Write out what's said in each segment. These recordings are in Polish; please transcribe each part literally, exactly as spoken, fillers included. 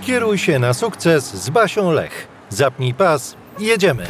Kieruj się na sukces z Basią Lech. Zapnij pas, jedziemy!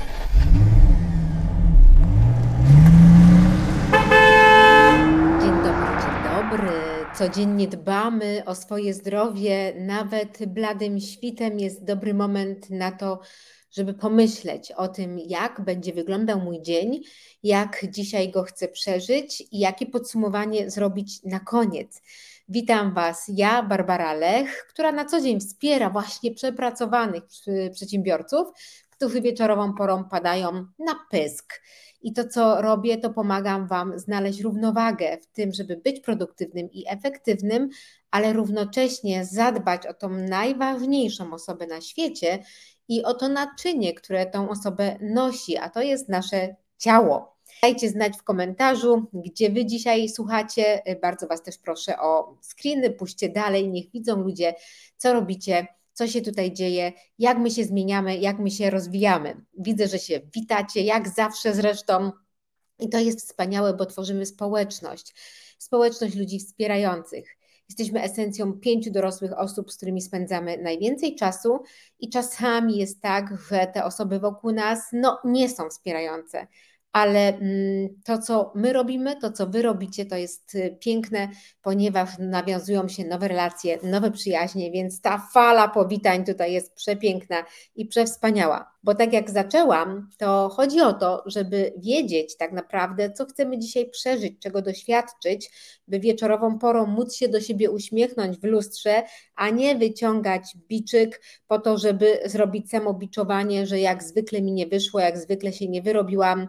Dzień dobry, dzień dobry. Codziennie dbamy o swoje zdrowie. Nawet bladym świtem jest dobry moment na to, żeby pomyśleć o tym, jak będzie wyglądał mój dzień, jak dzisiaj go chcę przeżyć i jakie podsumowanie zrobić na koniec. Witam Was, ja, Barbara Lech, która na co dzień wspiera właśnie przepracowanych przedsiębiorców, którzy wieczorową porą padają na pysk. I to, co robię, to pomagam Wam znaleźć równowagę w tym, żeby być produktywnym i efektywnym, ale równocześnie zadbać o tą najważniejszą osobę na świecie i o to naczynie, które tą osobę nosi, a to jest nasze ciało. Dajcie znać w komentarzu, gdzie Wy dzisiaj słuchacie. Bardzo Was też proszę o screeny, puśćcie dalej, niech widzą ludzie, co robicie, co się tutaj dzieje, jak my się zmieniamy, jak my się rozwijamy. Widzę, że się witacie, jak zawsze zresztą. I to jest wspaniałe, bo tworzymy społeczność. Społeczność ludzi wspierających. Jesteśmy esencją pięciu dorosłych osób, z którymi spędzamy najwięcej czasu i czasami jest tak, że te osoby wokół nas no, nie są wspierające. Ale to, co my robimy, to, co Wy robicie, to jest piękne, ponieważ nawiązują się nowe relacje, nowe przyjaźnie, więc ta fala powitań tutaj jest przepiękna i przewspaniała. Bo tak jak zaczęłam, to chodzi o to, żeby wiedzieć tak naprawdę, co chcemy dzisiaj przeżyć, czego doświadczyć, by wieczorową porą móc się do siebie uśmiechnąć w lustrze, a nie wyciągać biczyk po to, żeby zrobić samobiczowanie, że jak zwykle mi nie wyszło, jak zwykle się nie wyrobiłam,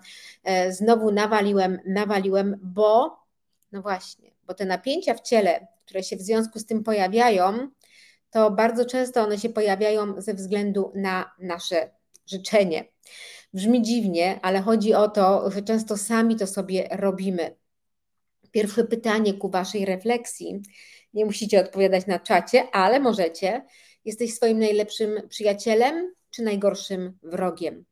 znowu nawaliłem, nawaliłem, bo no właśnie, bo te napięcia w ciele, które się w związku z tym pojawiają, to bardzo często one się pojawiają ze względu na nasze życzenie. Brzmi dziwnie, ale chodzi o to, że często sami to sobie robimy. Pierwsze pytanie ku Waszej refleksji. Nie musicie odpowiadać na czacie, ale możecie. Jesteś swoim najlepszym przyjacielem czy najgorszym wrogiem?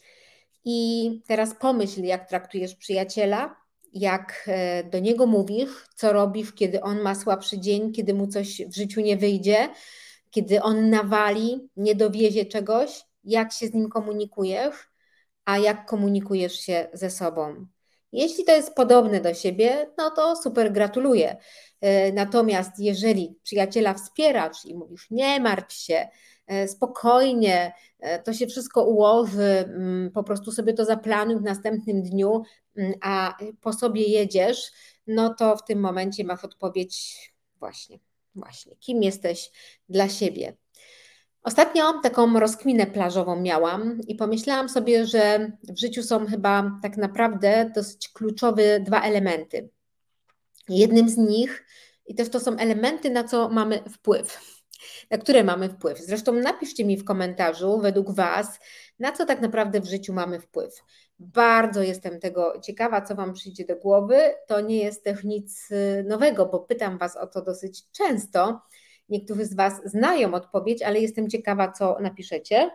I teraz pomyśl, jak traktujesz przyjaciela, jak do niego mówisz, co robisz, kiedy on ma słabszy dzień, kiedy mu coś w życiu nie wyjdzie, kiedy on nawali, nie dowiezie czegoś, jak się z nim komunikujesz, a jak komunikujesz się ze sobą. Jeśli to jest podobne do siebie, no to super, gratuluję. Natomiast jeżeli przyjaciela wspierasz i mówisz, nie martw się, spokojnie, to się wszystko ułoży, po prostu sobie to zaplanuj w następnym dniu, a po sobie jedziesz, no to w tym momencie masz odpowiedź właśnie, właśnie, kim jesteś dla siebie. Ostatnio taką rozkminę plażową miałam i pomyślałam sobie, że w życiu są chyba tak naprawdę dosyć kluczowe dwa elementy. Jednym z nich, i też to są elementy, na co mamy wpływ, na które mamy wpływ. Zresztą napiszcie mi w komentarzu według Was, na co tak naprawdę w życiu mamy wpływ. Bardzo jestem tego ciekawa, co Wam przyjdzie do głowy. To nie jest też nic nowego, bo pytam Was o to dosyć często. Niektórzy z Was znają odpowiedź, ale jestem ciekawa, co napiszecie.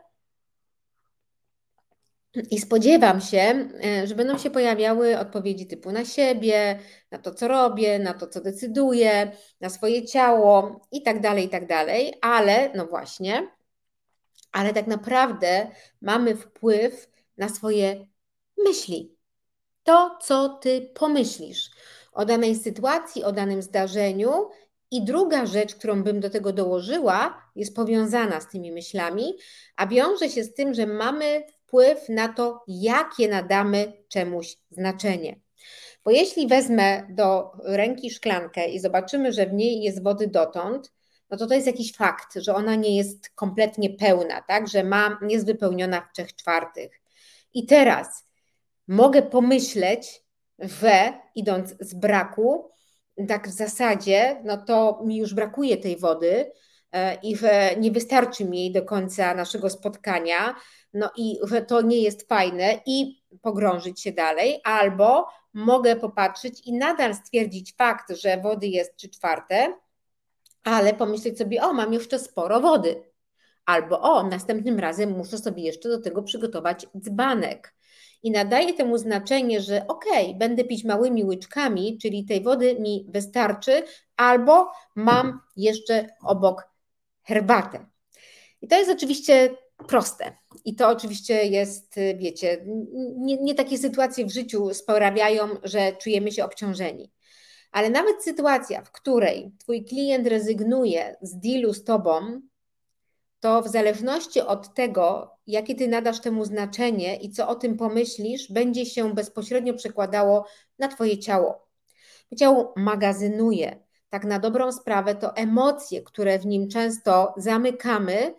I spodziewam się, że będą się pojawiały odpowiedzi typu na siebie, na to, co robię, na to, co decyduję, na swoje ciało i tak dalej, i tak dalej, ale no właśnie, ale tak naprawdę mamy wpływ na swoje myśli. To, co Ty pomyślisz o danej sytuacji, o danym zdarzeniu. I druga rzecz, którą bym do tego dołożyła, jest powiązana z tymi myślami, a wiąże się z tym, że mamy wpływ na to, jakie nadamy czemuś znaczenie. Bo jeśli wezmę do ręki szklankę i zobaczymy, że w niej jest wody dotąd, no to to jest jakiś fakt, że ona nie jest kompletnie pełna, tak? Że ma, jest wypełniona w trzech czwartych. I teraz mogę pomyśleć, że idąc z braku, tak w zasadzie, no to mi już brakuje tej wody i że nie wystarczy mi jej do końca naszego spotkania, no i że to nie jest fajne i pogrążyć się dalej, albo mogę popatrzeć i nadal stwierdzić fakt, że wody jest trzy czwarte, ale pomyśleć sobie, o, mam jeszcze sporo wody, albo o, następnym razem muszę sobie jeszcze do tego przygotować dzbanek. I nadaję temu znaczenie, że okej, okay, będę pić małymi łyczkami, czyli tej wody mi wystarczy, albo mam jeszcze obok herbatę. I to jest oczywiście proste. I to oczywiście jest, wiecie, nie, nie takie sytuacje w życiu sprawiają, że czujemy się obciążeni. Ale nawet sytuacja, w której twój klient rezygnuje z dealu z tobą, to w zależności od tego, jakie ty nadasz temu znaczenie i co o tym pomyślisz, będzie się bezpośrednio przekładało na twoje ciało. Ciało magazynuje. Tak na dobrą sprawę to emocje, które w nim często zamykamy,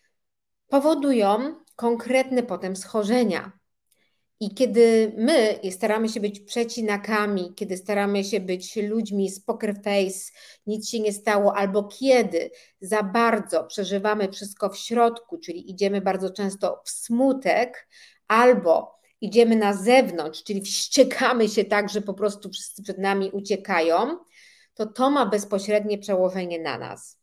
powodują konkretne potem schorzenia. I kiedy my staramy się być przecinakami, kiedy staramy się być ludźmi z poker face, nic się nie stało, albo kiedy za bardzo przeżywamy wszystko w środku, czyli idziemy bardzo często w smutek, albo idziemy na zewnątrz, czyli wściekamy się tak, że po prostu wszyscy przed nami uciekają, to to ma bezpośrednie przełożenie na nas.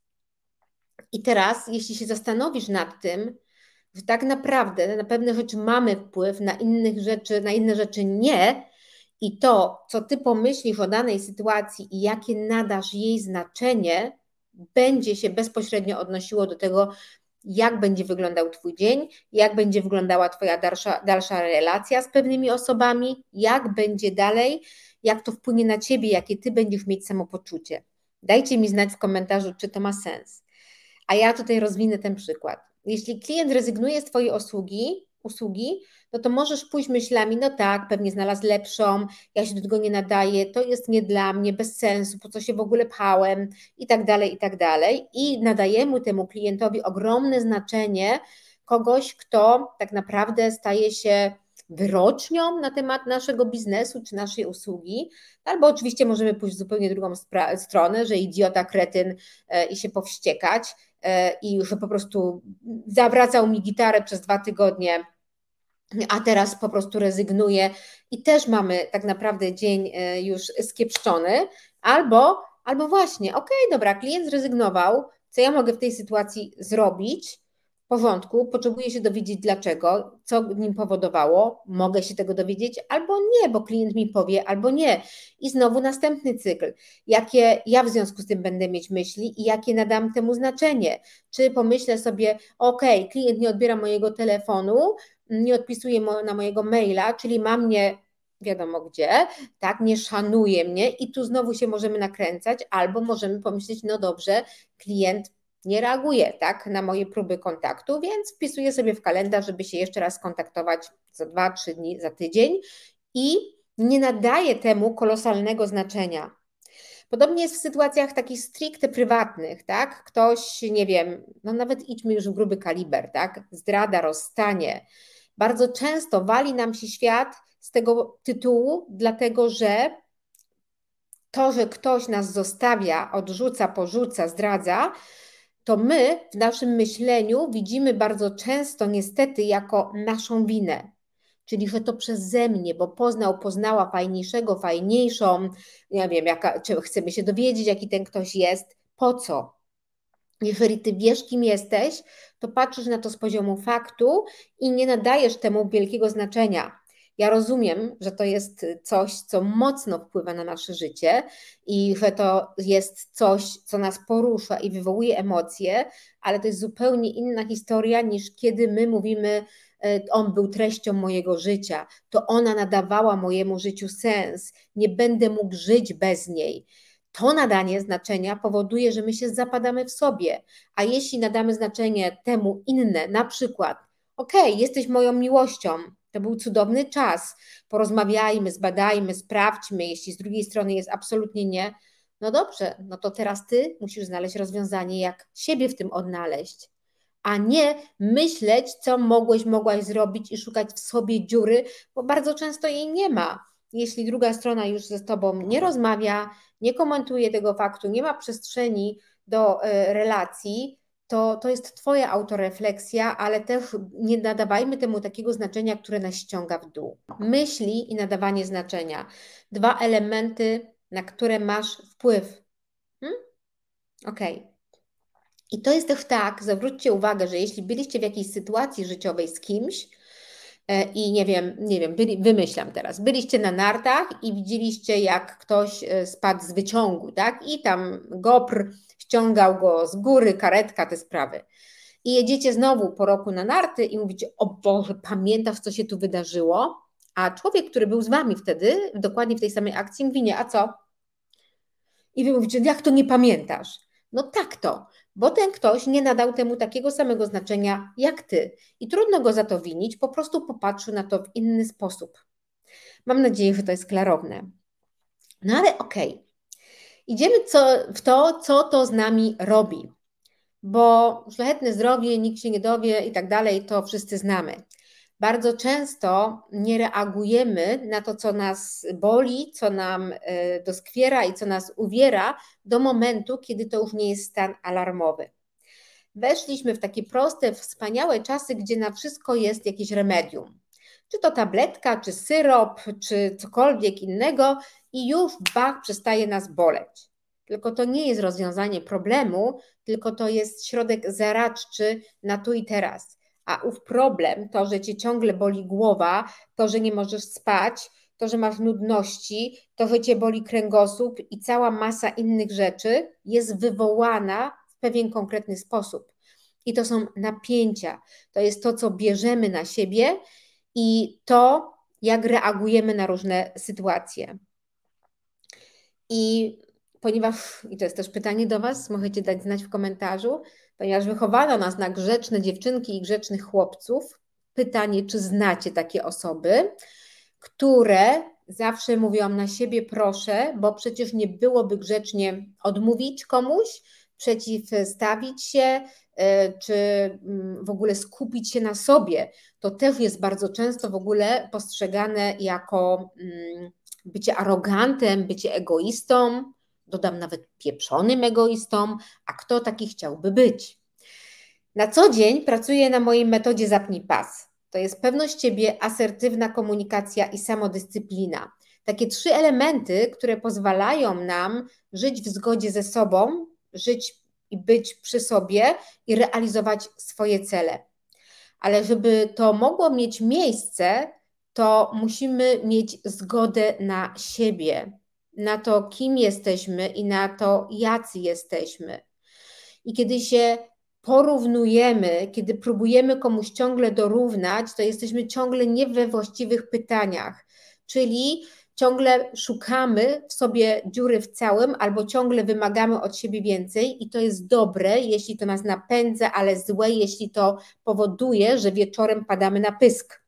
I teraz, jeśli się zastanowisz nad tym, że tak naprawdę na pewne rzeczy mamy wpływ, na innych rzeczy, na inne rzeczy nie, i to, co ty pomyślisz o danej sytuacji i jakie nadasz jej znaczenie, będzie się bezpośrednio odnosiło do tego, jak będzie wyglądał twój dzień, jak będzie wyglądała twoja dalsza, dalsza relacja z pewnymi osobami, jak będzie dalej, jak to wpłynie na ciebie, jakie ty będziesz mieć samopoczucie. Dajcie mi znać w komentarzu, czy to ma sens. A ja tutaj rozwinę ten przykład. Jeśli klient rezygnuje z twojej usługi, usługi, no to możesz pójść myślami, no tak, pewnie znalazł lepszą, ja się do tego nie nadaję, to jest nie dla mnie, bez sensu, po co się w ogóle pchałem i tak dalej, i tak dalej. I nadajemy temu klientowi ogromne znaczenie kogoś, kto tak naprawdę staje się wyrocznią na temat naszego biznesu czy naszej usługi, albo oczywiście możemy pójść w zupełnie drugą stronę, że idiota, kretyn e, i się powściekać e, i już po prostu zawracał mi gitarę przez dwa tygodnie, a teraz po prostu rezygnuje i też mamy tak naprawdę dzień e, już skiepszczony, albo, albo właśnie, okej, okay, dobra, klient zrezygnował, co ja mogę w tej sytuacji zrobić? W porządku, potrzebuję się dowiedzieć dlaczego, co nim powodowało, mogę się tego dowiedzieć, albo nie, bo klient mi powie, albo nie. I znowu następny cykl. Jakie ja w związku z tym będę mieć myśli i jakie nadam temu znaczenie? Czy pomyślę sobie, ok, klient nie odbiera mojego telefonu, nie odpisuje na mojego maila, czyli ma mnie wiadomo gdzie, tak, nie szanuje mnie i tu znowu się możemy nakręcać, albo możemy pomyśleć, no dobrze, klient nie reaguje, tak, na moje próby kontaktu, więc wpisuję sobie w kalendarz, żeby się jeszcze raz skontaktować za dwa, trzy dni, za tydzień i nie nadaję temu kolosalnego znaczenia. Podobnie jest w sytuacjach takich stricte prywatnych, tak? Ktoś, nie wiem, no nawet idźmy już w gruby kaliber, tak? Zdrada, rozstanie. Bardzo często wali nam się świat z tego tytułu, dlatego że to, że ktoś nas zostawia, odrzuca, porzuca, zdradza, to my w naszym myśleniu widzimy bardzo często niestety jako naszą winę. Czyli, że to przeze mnie, bo poznał, poznała fajniejszego, fajniejszą, nie wiem, jaka, czy chcemy się dowiedzieć, jaki ten ktoś jest, po co? Jeżeli ty wiesz, kim jesteś, to patrzysz na to z poziomu faktu i nie nadajesz temu wielkiego znaczenia. Ja rozumiem, że to jest coś, co mocno wpływa na nasze życie i że to jest coś, co nas porusza i wywołuje emocje, ale to jest zupełnie inna historia niż kiedy my mówimy, on był treścią mojego życia, to ona nadawała mojemu życiu sens, nie będę mógł żyć bez niej. To nadanie znaczenia powoduje, że my się zapadamy w sobie, a jeśli nadamy znaczenie temu inne, na przykład, okej, okay, jesteś moją miłością, to był cudowny czas, porozmawiajmy, zbadajmy, sprawdźmy, jeśli z drugiej strony jest absolutnie nie, no dobrze, no to teraz ty musisz znaleźć rozwiązanie, jak siebie w tym odnaleźć, a nie myśleć, co mogłeś, mogłaś zrobić i szukać w sobie dziury, bo bardzo często jej nie ma. Jeśli druga strona już ze tobą nie rozmawia, nie komentuje tego faktu, nie ma przestrzeni do y, relacji, to, to jest twoja autorefleksja, ale też nie nadawajmy temu takiego znaczenia, które nas ściąga w dół. Myśli i nadawanie znaczenia. Dwa elementy, na które masz wpływ. Hmm? Okej. Okay. I to jest też tak, zwróćcie uwagę, że jeśli byliście w jakiejś sytuacji życiowej z kimś i nie wiem, nie wiem, byli, wymyślam teraz, byliście na nartach i widzieliście, jak ktoś spadł z wyciągu, tak? I tam gopr ściągał go z góry, karetka, te sprawy. I jedziecie znowu po roku na narty i mówicie, o Boże, pamiętasz, co się tu wydarzyło? A człowiek, który był z wami wtedy, dokładnie w tej samej akcji, mówi, nie, a co? I wy mówicie, jak to nie pamiętasz? No tak to, bo ten ktoś nie nadał temu takiego samego znaczenia jak ty. I trudno go za to winić, po prostu popatrzył na to w inny sposób. Mam nadzieję, że to jest klarowne. No ale okej, okay. Idziemy co, w to, co to z nami robi. Bo szlachetne zdrowie, nikt się nie dowie i tak dalej, to wszyscy znamy. Bardzo często nie reagujemy na to, co nas boli, co nam doskwiera i co nas uwiera do momentu, kiedy to już nie jest stan alarmowy. Weszliśmy w takie proste, wspaniałe czasy, gdzie na wszystko jest jakieś remedium. Czy to tabletka, czy syrop, czy cokolwiek innego i już bach, przestaje nas boleć. Tylko to nie jest rozwiązanie problemu, tylko to jest środek zaradczy na tu i teraz. A ów problem, to, że cię ciągle boli głowa, to, że nie możesz spać, to, że masz nudności, to, że cię boli kręgosłup i cała masa innych rzeczy jest wywołana w pewien konkretny sposób. I to są napięcia, to jest to, co bierzemy na siebie i to, jak reagujemy na różne sytuacje. I ponieważ, i to jest też pytanie do Was, możecie dać znać w komentarzu, ponieważ wychowano nas na grzeczne dziewczynki i grzecznych chłopców, pytanie, czy znacie takie osoby, które zawsze mówią na siebie proszę, bo przecież nie byłoby grzecznie odmówić komuś, przeciwstawić się, czy w ogóle skupić się na sobie. To też jest bardzo często w ogóle postrzegane jako bycie arogantem, bycie egoistą, dodam nawet pieprzonym egoistą, a kto taki chciałby być? Na co dzień pracuję na mojej metodzie Zapnij Pas. To jest pewność siebie, asertywna komunikacja i samodyscyplina. Takie trzy elementy, które pozwalają nam żyć w zgodzie ze sobą, żyć i być przy sobie i realizować swoje cele. Ale żeby to mogło mieć miejsce, to musimy mieć zgodę na siebie, na to, kim jesteśmy i na to, jacy jesteśmy. I kiedy się porównujemy, kiedy próbujemy komuś ciągle dorównać, to jesteśmy ciągle nie we właściwych pytaniach, czyli ciągle szukamy w sobie dziury w całym albo ciągle wymagamy od siebie więcej i to jest dobre, jeśli to nas napędza, ale złe, jeśli to powoduje, że wieczorem padamy na pysk.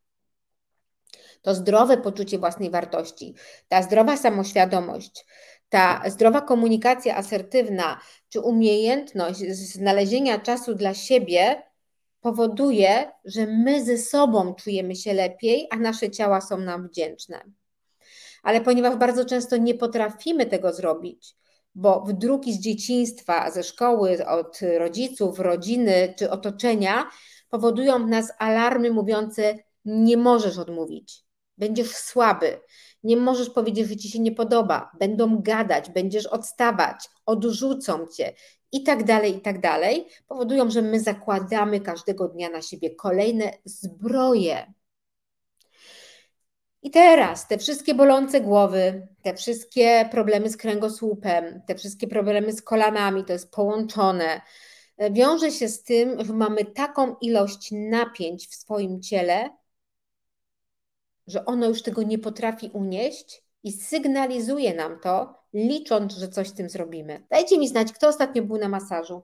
To zdrowe poczucie własnej wartości, ta zdrowa samoświadomość, ta zdrowa komunikacja asertywna czy umiejętność znalezienia czasu dla siebie powoduje, że my ze sobą czujemy się lepiej, a nasze ciała są nam wdzięczne. Ale ponieważ bardzo często nie potrafimy tego zrobić, bo wdruki z dzieciństwa, ze szkoły, od rodziców, rodziny czy otoczenia powodują w nas alarmy mówiące: nie możesz odmówić, będziesz słaby, nie możesz powiedzieć, że ci się nie podoba, będą gadać, będziesz odstawać, odrzucą cię i tak dalej, i tak dalej, powodują, że my zakładamy każdego dnia na siebie kolejne zbroje. I teraz te wszystkie bolące głowy, te wszystkie problemy z kręgosłupem, te wszystkie problemy z kolanami, to jest połączone, wiąże się z tym, że mamy taką ilość napięć w swoim ciele, że ono już tego nie potrafi unieść i sygnalizuje nam to, licząc, że coś z tym zrobimy. Dajcie mi znać, kto ostatnio był na masażu.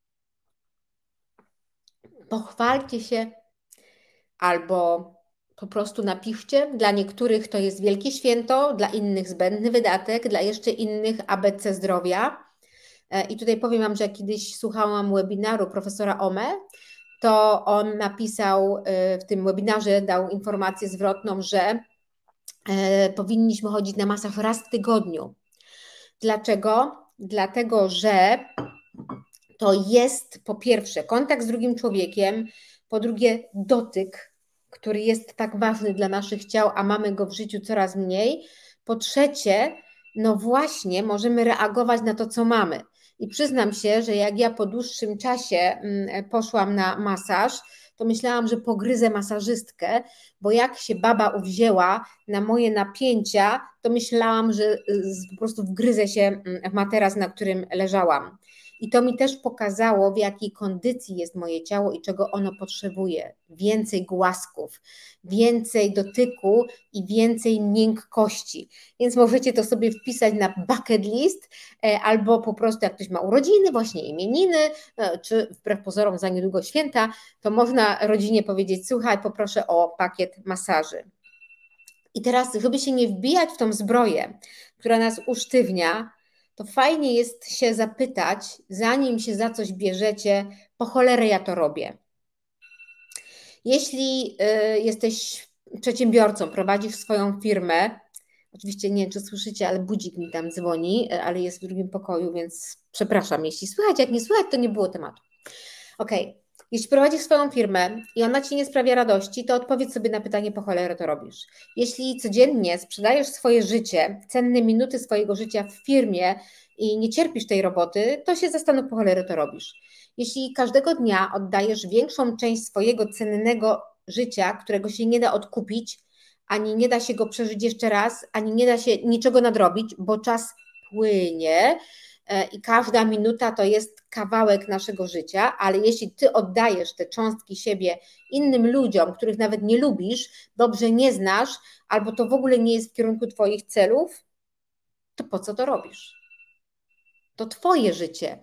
Pochwalcie się albo po prostu napiszcie. Dla niektórych to jest wielkie święto, dla innych zbędny wydatek, dla jeszcze innych A B C zdrowia. I tutaj powiem Wam, że jak kiedyś słuchałam webinaru profesora Ome, to on napisał w tym webinarze, dał informację zwrotną, że powinniśmy chodzić na masaż raz w tygodniu. Dlaczego? Dlatego, że to jest po pierwsze kontakt z drugim człowiekiem, po drugie dotyk, który jest tak ważny dla naszych ciał, a mamy go w życiu coraz mniej. Po trzecie, no właśnie możemy reagować na to, co mamy. I przyznam się, że jak ja po dłuższym czasie poszłam na masaż, to myślałam, że pogryzę masażystkę, bo jak się baba uwzięła na moje napięcia, to myślałam, że po prostu wgryzę się w materac, na którym leżałam. I to mi też pokazało, w jakiej kondycji jest moje ciało i czego ono potrzebuje. Więcej głasków, więcej dotyku i więcej miękkości. Więc możecie to sobie wpisać na bucket list, albo po prostu jak ktoś ma urodziny, właśnie imieniny, czy wbrew pozorom za niedługo święta, to można rodzinie powiedzieć: słuchaj, poproszę o pakiet masaży. I teraz, żeby się nie wbijać w tą zbroję, która nas usztywnia, to fajnie jest się zapytać, zanim się za coś bierzecie, po cholerę ja to robię. Jeśli y, jesteś przedsiębiorcą, prowadzisz swoją firmę, oczywiście nie wiem, czy słyszycie, ale budzik mi tam dzwoni, ale jest w drugim pokoju, więc przepraszam, jeśli słychać, jak nie słychać, to nie było tematu. Okej. Okay. Jeśli prowadzisz swoją firmę i ona Ci nie sprawia radości, to odpowiedz sobie na pytanie, po cholerę to robisz. Jeśli codziennie sprzedajesz swoje życie, cenne minuty swojego życia w firmie i nie cierpisz tej roboty, to się zastanów, po cholerę to robisz. Jeśli każdego dnia oddajesz większą część swojego cennego życia, którego się nie da odkupić, ani nie da się go przeżyć jeszcze raz, ani nie da się niczego nadrobić, bo czas płynie, i każda minuta to jest kawałek naszego życia, ale jeśli Ty oddajesz te cząstki siebie innym ludziom, których nawet nie lubisz, dobrze nie znasz, albo to w ogóle nie jest w kierunku Twoich celów, to po co to robisz? To Twoje życie.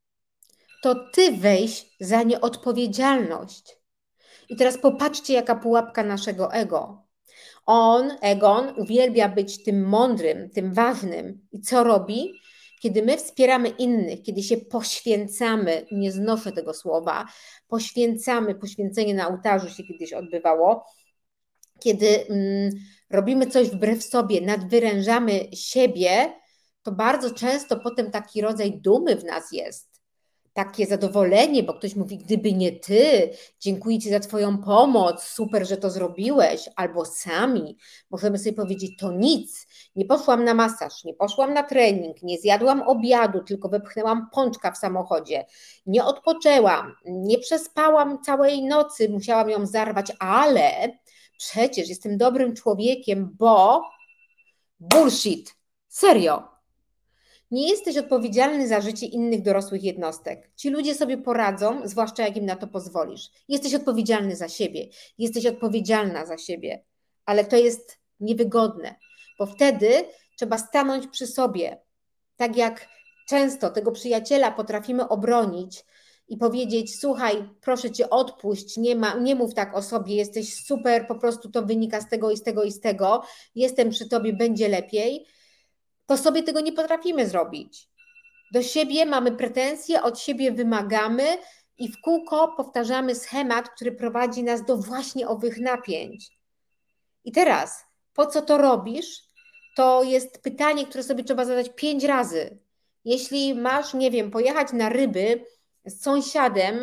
To Ty weź za nie odpowiedzialność. I teraz popatrzcie, jaka pułapka naszego ego. On, Egon, uwielbia być tym mądrym, tym ważnym. I co robi? Kiedy my wspieramy innych, kiedy się poświęcamy, nie znoszę tego słowa, poświęcamy, poświęcenie na ołtarzu się kiedyś odbywało, kiedy mm, robimy coś wbrew sobie, nadwyrężamy siebie, to bardzo często potem taki rodzaj dumy w nas jest. Takie zadowolenie, bo ktoś mówi: gdyby nie Ty, dziękuję Ci za Twoją pomoc, super, że to zrobiłeś, albo sami możemy sobie powiedzieć: to nic, nie poszłam na masaż, nie poszłam na trening, nie zjadłam obiadu, tylko wepchnęłam pączka w samochodzie, nie odpoczęłam, nie przespałam całej nocy, musiałam ją zarwać, ale przecież jestem dobrym człowiekiem, bo bullshit, serio. Nie jesteś odpowiedzialny za życie innych dorosłych jednostek. Ci ludzie sobie poradzą, zwłaszcza jak im na to pozwolisz. Jesteś odpowiedzialny za siebie, jesteś odpowiedzialna za siebie, ale to jest niewygodne, bo wtedy trzeba stanąć przy sobie. Tak jak często tego przyjaciela potrafimy obronić i powiedzieć: słuchaj, proszę Cię, odpuść, nie, ma, nie mów tak o sobie, jesteś super, po prostu to wynika z tego i z tego i z tego, jestem przy Tobie, będzie lepiej. To sobie tego nie potrafimy zrobić. Do siebie mamy pretensje, od siebie wymagamy i w kółko powtarzamy schemat, który prowadzi nas do właśnie owych napięć. I teraz, po co to robisz? To jest pytanie, które sobie trzeba zadać pięć razy. Jeśli masz, nie wiem, pojechać na ryby z sąsiadem,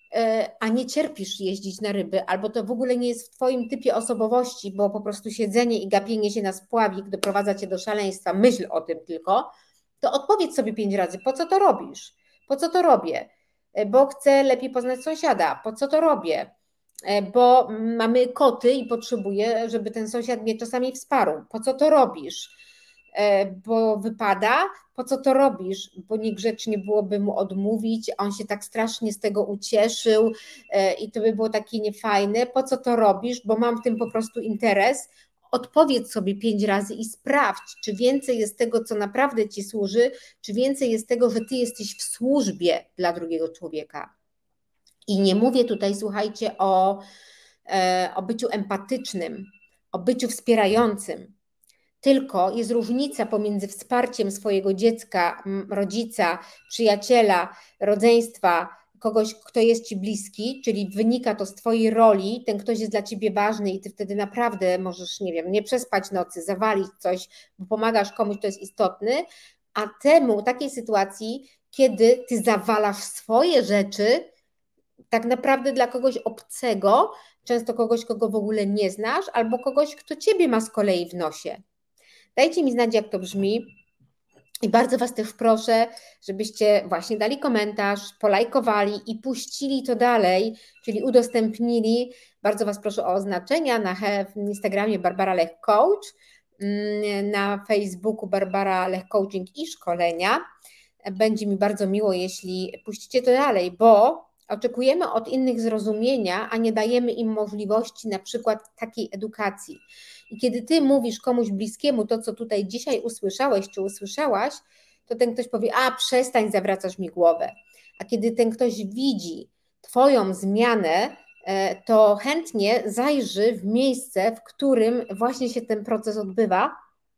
a nie cierpisz jeździć na ryby, albo to w ogóle nie jest w Twoim typie osobowości, bo po prostu siedzenie i gapienie się na spławik doprowadza Cię do szaleństwa, myśl o tym tylko, to odpowiedz sobie pięć razy, po co to robisz? Po co to robię? Bo chcę lepiej poznać sąsiada. Po co to robię? Bo mamy koty i potrzebuję, żeby ten sąsiad mnie czasami wsparł. Po co to robisz? Bo wypada, po co to robisz, bo niegrzecznie byłoby mu odmówić, on się tak strasznie z tego ucieszył i to by było takie niefajne, po co to robisz, bo mam w tym po prostu interes. Odpowiedz sobie pięć razy i sprawdź, czy więcej jest tego, co naprawdę Ci służy, czy więcej jest tego, że Ty jesteś w służbie dla drugiego człowieka. I nie mówię tutaj, słuchajcie, o, o byciu empatycznym, o byciu wspierającym. Tylko jest różnica pomiędzy wsparciem swojego dziecka, rodzica, przyjaciela, rodzeństwa, kogoś, kto jest Ci bliski, czyli wynika to z Twojej roli, ten ktoś jest dla Ciebie ważny i Ty wtedy naprawdę możesz, nie wiem, nie przespać nocy, zawalić coś, bo pomagasz komuś, kto jest istotny, a temu, takiej sytuacji, kiedy Ty zawalasz swoje rzeczy, tak naprawdę dla kogoś obcego, często kogoś, kogo w ogóle nie znasz, albo kogoś, kto Ciebie ma z kolei w nosie. Dajcie mi znać, jak to brzmi i bardzo Was też proszę, żebyście właśnie dali komentarz, polajkowali i puścili to dalej, czyli udostępnili. Bardzo Was proszę o oznaczenia na Instagramie Barbara Lech Coach, na Facebooku Barbara Lech Coaching i szkolenia. będzie mi bardzo miło, jeśli puścicie to dalej, bo oczekujemy od innych zrozumienia, a nie dajemy im możliwości na przykład takiej edukacji. I kiedy ty mówisz komuś bliskiemu to, co tutaj dzisiaj usłyszałeś czy usłyszałaś, to ten ktoś powie, a przestań, zawracasz mi głowę. A kiedy ten ktoś widzi twoją zmianę, to chętnie zajrzy w miejsce, w którym właśnie się ten proces odbywa.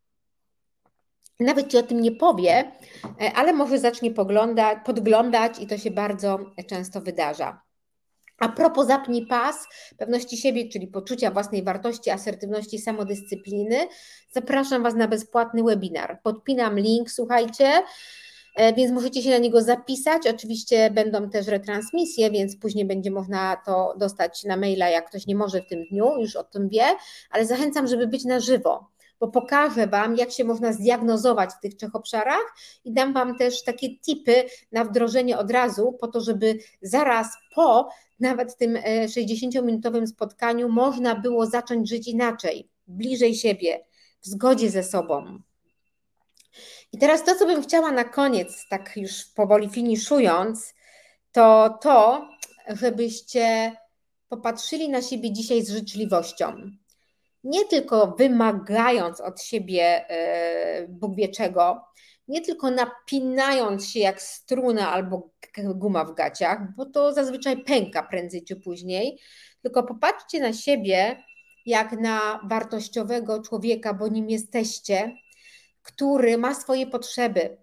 Nawet ci o tym nie powie, ale może zacznie poglądać, podglądać i to się bardzo często wydarza. A propos zapnij pas, pewności siebie, czyli poczucia własnej wartości, asertywności, samodyscypliny, zapraszam Was na bezpłatny webinar. Podpinam link, słuchajcie, więc możecie się na niego zapisać. Oczywiście będą też retransmisje, więc później będzie można to dostać na maila, jak ktoś nie może w tym dniu, już o tym wie, ale zachęcam, żeby być na żywo, bo pokażę Wam, jak się można zdiagnozować w tych trzech obszarach i dam Wam też takie tipy na wdrożenie od razu, po to, żeby zaraz po nawet tym sześćdziesięciominutowym spotkaniu można było zacząć żyć inaczej, bliżej siebie, w zgodzie ze sobą. I teraz to, co bym chciała na koniec, tak już powoli finiszując, to to, żebyście popatrzyli na siebie dzisiaj z życzliwością. Nie tylko wymagając od siebie Bóg wie czego, nie tylko napinając się jak struna albo guma w gaciach, bo to zazwyczaj pęka prędzej czy później, tylko popatrzcie na siebie jak na wartościowego człowieka, bo nim jesteście, który ma swoje potrzeby.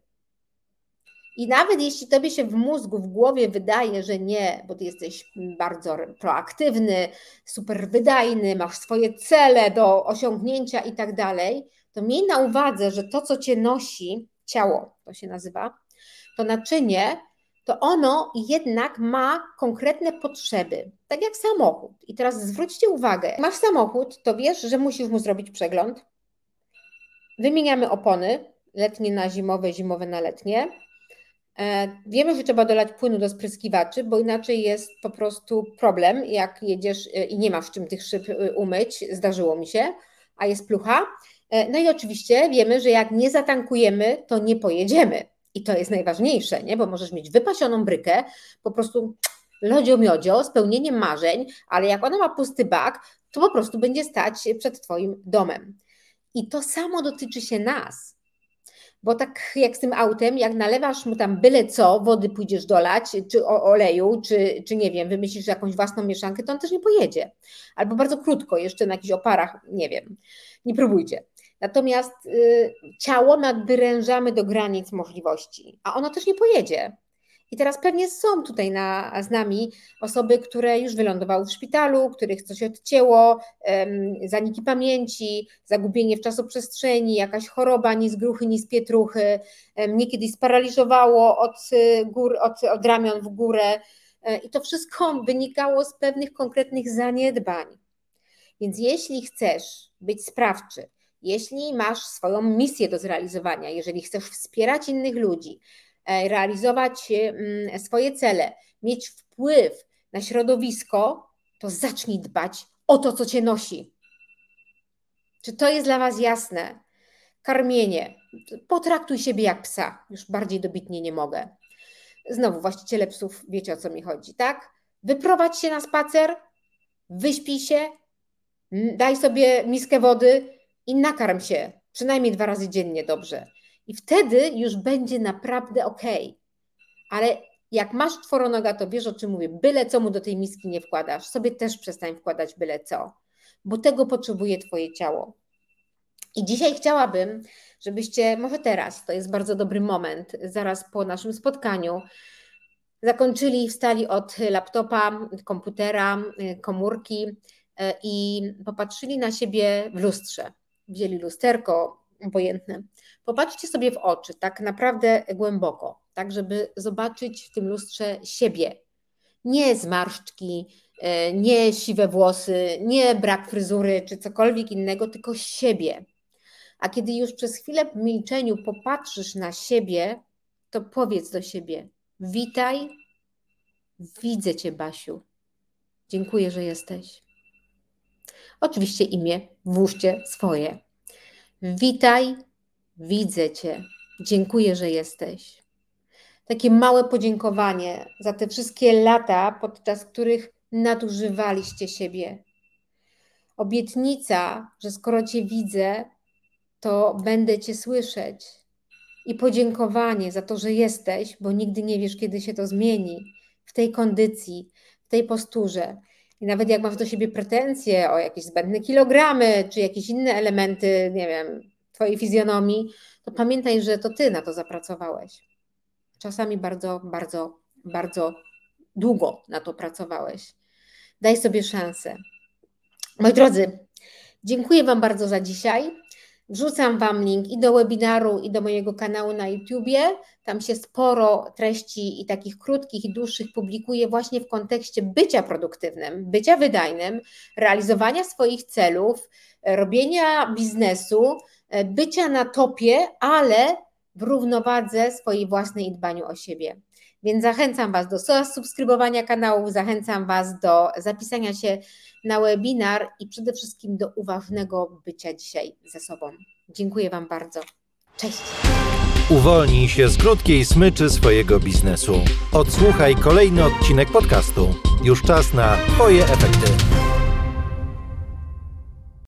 I nawet jeśli tobie się w mózgu, w głowie wydaje, że nie, bo ty jesteś bardzo proaktywny, super wydajny, masz swoje cele do osiągnięcia i tak dalej, to miej na uwadze, że to, co cię nosi, ciało to się nazywa, to naczynie, to ono jednak ma konkretne potrzeby, tak jak samochód. I teraz zwróćcie uwagę, masz samochód, to wiesz, że musisz mu zrobić przegląd, wymieniamy opony, letnie na zimowe, zimowe na letnie. Wiemy, że trzeba dolać płynu do spryskiwaczy, bo inaczej jest po prostu problem, jak jedziesz i nie masz czym tych szyb umyć, zdarzyło mi się, a jest plucha. No i oczywiście wiemy, że jak nie zatankujemy, to nie pojedziemy. I to jest najważniejsze, nie? Bo możesz mieć wypasioną brykę, po prostu lodzio-miodzio, spełnienie marzeń, ale jak ona ma pusty bak, to po prostu będzie stać przed twoim domem. I to samo dotyczy się nas. Bo tak jak z tym autem, jak nalewasz mu tam byle co, wody pójdziesz dolać, czy oleju, czy, czy nie wiem, wymyślisz jakąś własną mieszankę, to on też nie pojedzie. Albo bardzo krótko, jeszcze na jakichś oparach, nie wiem, nie próbujcie. Natomiast y, ciało nadwyrężamy do granic możliwości, a ono też nie pojedzie. I teraz pewnie są tutaj na, z nami osoby, które już wylądowały w szpitalu, których coś odcięło, um, zaniki pamięci, zagubienie w czasoprzestrzeni, jakaś choroba, ni z gruchy, ni z pietruchy, um, mnie kiedyś sparaliżowało od, gór, od, od ramion w górę um, i to wszystko wynikało z pewnych konkretnych zaniedbań. Więc jeśli chcesz być sprawczy, jeśli masz swoją misję do zrealizowania, jeżeli chcesz wspierać innych ludzi, realizować swoje cele, mieć wpływ na środowisko, to zacznij dbać o to, co cię nosi. Czy to jest dla Was jasne? Karmienie. Potraktuj siebie jak psa. Już bardziej dobitnie nie mogę. Znowu, właściciele psów, wiecie, o co mi chodzi, tak? Wyprowadź się na spacer, wyśpij się, daj sobie miskę wody i nakarm się. Przynajmniej dwa razy dziennie dobrze. I wtedy już będzie naprawdę okej. Ale jak masz czworonoga, to wiesz, o czym mówię. Byle co mu do tej miski nie wkładasz. Sobie też przestań wkładać byle co, bo tego potrzebuje twoje ciało. I dzisiaj chciałabym, żebyście, może teraz, to jest bardzo dobry moment, zaraz po naszym spotkaniu, zakończyli i wstali od laptopa, komputera, komórki i popatrzyli na siebie w lustrze. Wzięli lusterko, obojętne. Popatrzcie sobie w oczy, tak naprawdę głęboko, tak żeby zobaczyć w tym lustrze siebie. Nie zmarszczki, nie siwe włosy, nie brak fryzury czy cokolwiek innego, tylko siebie. A kiedy już przez chwilę w milczeniu popatrzysz na siebie, to powiedz do siebie: witaj, widzę Cię, Basiu. Dziękuję, że jesteś. Oczywiście imię włóżcie swoje. Witaj, widzę Cię. Dziękuję, że jesteś. takie małe podziękowanie za te wszystkie lata, podczas których nadużywaliście siebie. Obietnica, że skoro Cię widzę, to będę Cię słyszeć. I podziękowanie za to, że jesteś, bo nigdy nie wiesz, kiedy się to zmieni, w tej kondycji, w tej posturze. I nawet jak masz do siebie pretensje o jakieś zbędne kilogramy, czy jakieś inne elementy, nie wiem, Twojej fizjonomii, to pamiętaj, że to Ty na to zapracowałeś. Czasami bardzo, bardzo, bardzo długo na to pracowałeś. Daj sobie szansę. Moi drodzy, dziękuję Wam bardzo za dzisiaj. Wrzucam Wam link i do webinaru, i do mojego kanału na YouTubie. Tam się sporo treści i takich krótkich i dłuższych publikuję właśnie w kontekście bycia produktywnym, bycia wydajnym, realizowania swoich celów, robienia biznesu, bycia na topie, ale w równowadze swojej własnej i dbaniu o siebie. Więc zachęcam Was do subskrybowania kanału, zachęcam Was do zapisania się na webinar i przede wszystkim do uważnego bycia dzisiaj ze sobą. Dziękuję Wam bardzo. Cześć! Uwolnij się z krótkiej smyczy swojego biznesu. Odsłuchaj kolejny odcinek podcastu. Już czas na Twoje efekty.